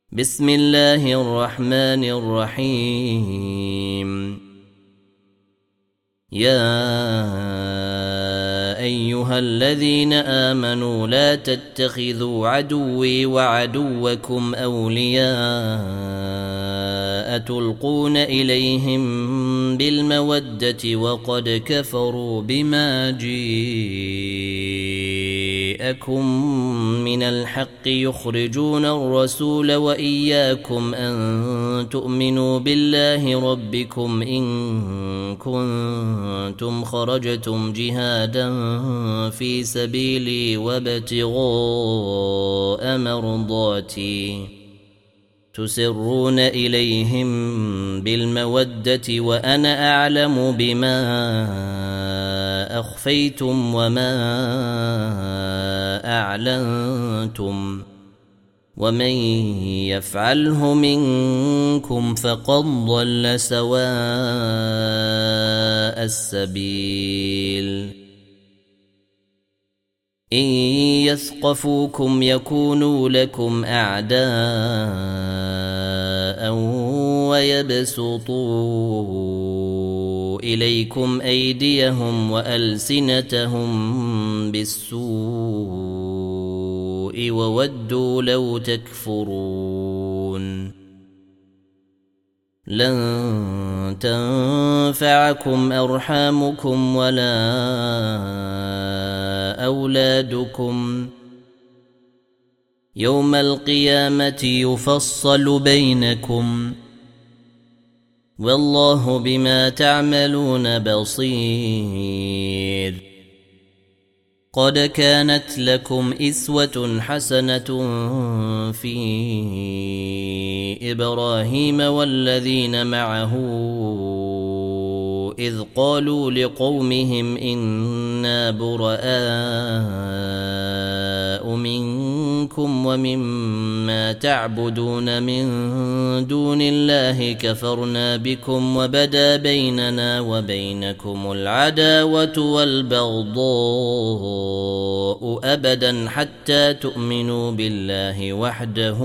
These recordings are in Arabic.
بسم الله الرحمن الرحيم. يا أيها الذين آمنوا لا تتخذوا عدوي وعدوكم أولياء تلقون إليهم بالمودة وقد كفروا بما جاءكم من الحق يخرجون الرسول وإياكم أن تؤمنوا بالله ربكم إن كنتم خرجتم جهادا في سبيلي وابتغاء مرضاتي تسرون إليهم بالمودة وأنا أعلم بما أخفيتم وما أعلنتم ومن يفعله منكم فقد ضل سواء السبيل. إن يثقفوكم يكونوا لكم أعداء ويبسطوا إليكم أيديهم وألسنتهم بالسوء وودوا لو تكفرون. لن تنفعكم أرحامكم ولا أولادكم يوم القيامة يفصل بينكم والله بما تعملون بصير. قد كانت لكم إسوة حسنة في إبراهيم والذين معه إذ قالوا لقومهم إنا براء منكم ومما تعبدون من دون الله كفرنا بكم وبدا بيننا وبينكم العداوة والبغضاء أبدا حتى تؤمنوا بالله وحده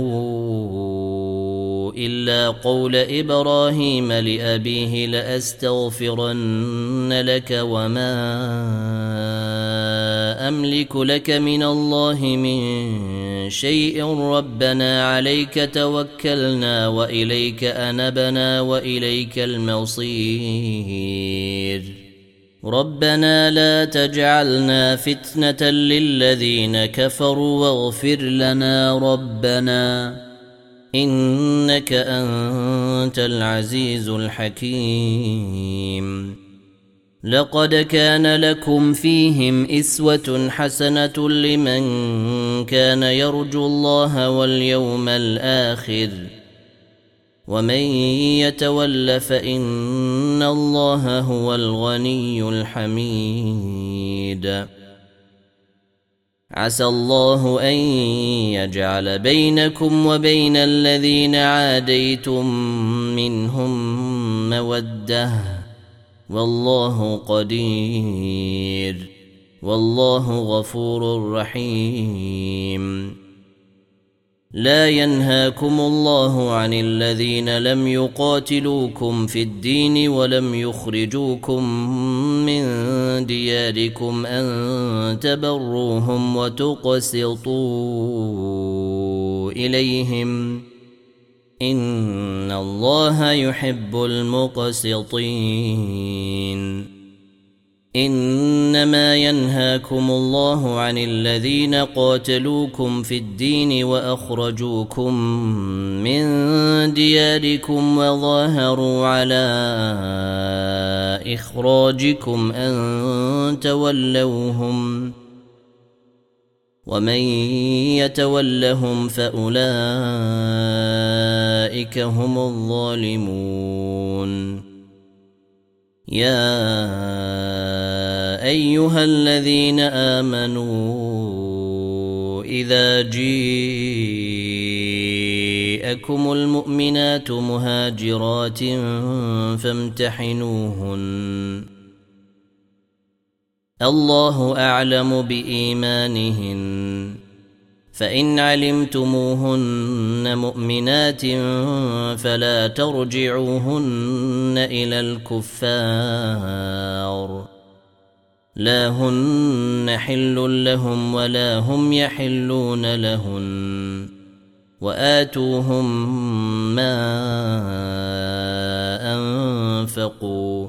إلا قول إبراهيم لأبيه لأستغفرن لك وما أملك لك من الله من شيء ربنا عليك توكلنا وإليك أنبنا وإليك المصير. ربنا لا تجعلنا فتنة للذين كفروا واغفر لنا ربنا إنك أنت العزيز الحكيم. لقد كان لكم فيهم إسوة حسنة لمن كان يرجو الله واليوم الآخر ومن يتول فإن الله هو الغني الحميد. عسى الله أن يجعل بينكم وبين الذين عاديتم منهم مودة والله قدير والله غفور رحيم. لا ينهاكم الله عن الذين لم يقاتلوكم في الدين ولم يخرجوكم من دياركم أن تبروهم وتقسطوا إليهم إن الله يحب المقسطين. إنما ينهاكم الله عن الذين قاتلوكم في الدين وأخرجوكم من دياركم وظاهروا على إخراجكم أن تولوهم ومن يتولهم فأولئك هم الظالمون. يا أيها الذين آمنوا إذا جاءكم المؤمنات مهاجرات فامتحنوهن الله أعلم بإيمانهن فإن علمتموهن مؤمنات فلا ترجعوهن إلى الكفار لا هن حل لهم ولا هم يحلون لهن وآتوهم ما أنفقوا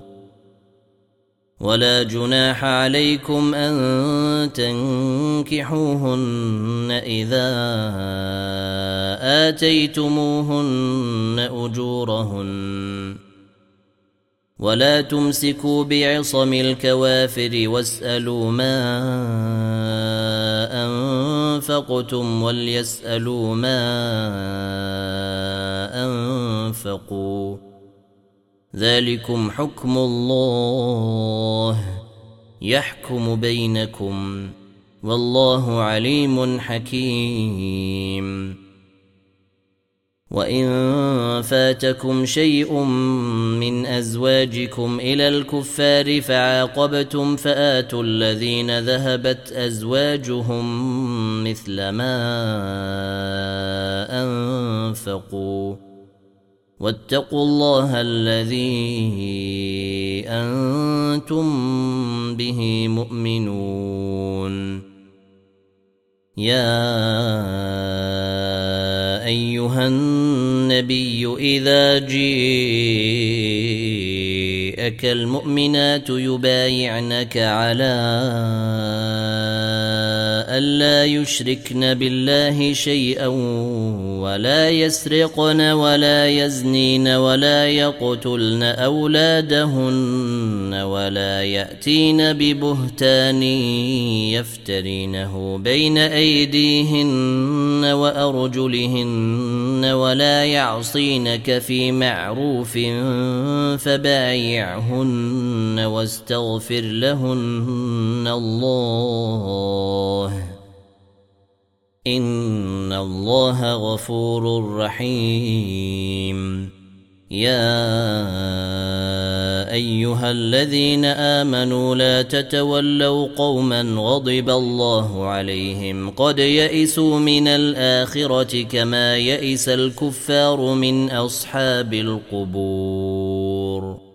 ولا جناح عليكم أن تنكحوهن إذا آتيتموهن أجورهن ولا تمسكوا بعصم الكوافر واسألوا ما أنفقتم وليسألوا ما أنفقوا ذلكم حكم الله يحكم بينكم والله عليم حكيم وإن فاتكم شيء من أزواجكم إلى الكفار فعاقبتم فآتوا الذين ذهبت أزواجهم مثل ما أنفقوا واتقوا الله الذي أنتم به مؤمنون يا أيها النبي إذا جاءك المؤمنات يبايعنك على ألا يشركن بالله شيئا ولا يسرقن ولا يزنين ولا يقتلن أولادهن ولا يأتين ببهتان يفترينه بين أيديهن وأرجلهن ولا يعصينك في معروف فبايعهن واستغفر لهن الله إن الله غفور رحيم يا أيها الذين آمنوا لا تتولوا قوما غضب الله عليهم قد يئسوا من الآخرة كما يئس الكفار من أصحاب القبور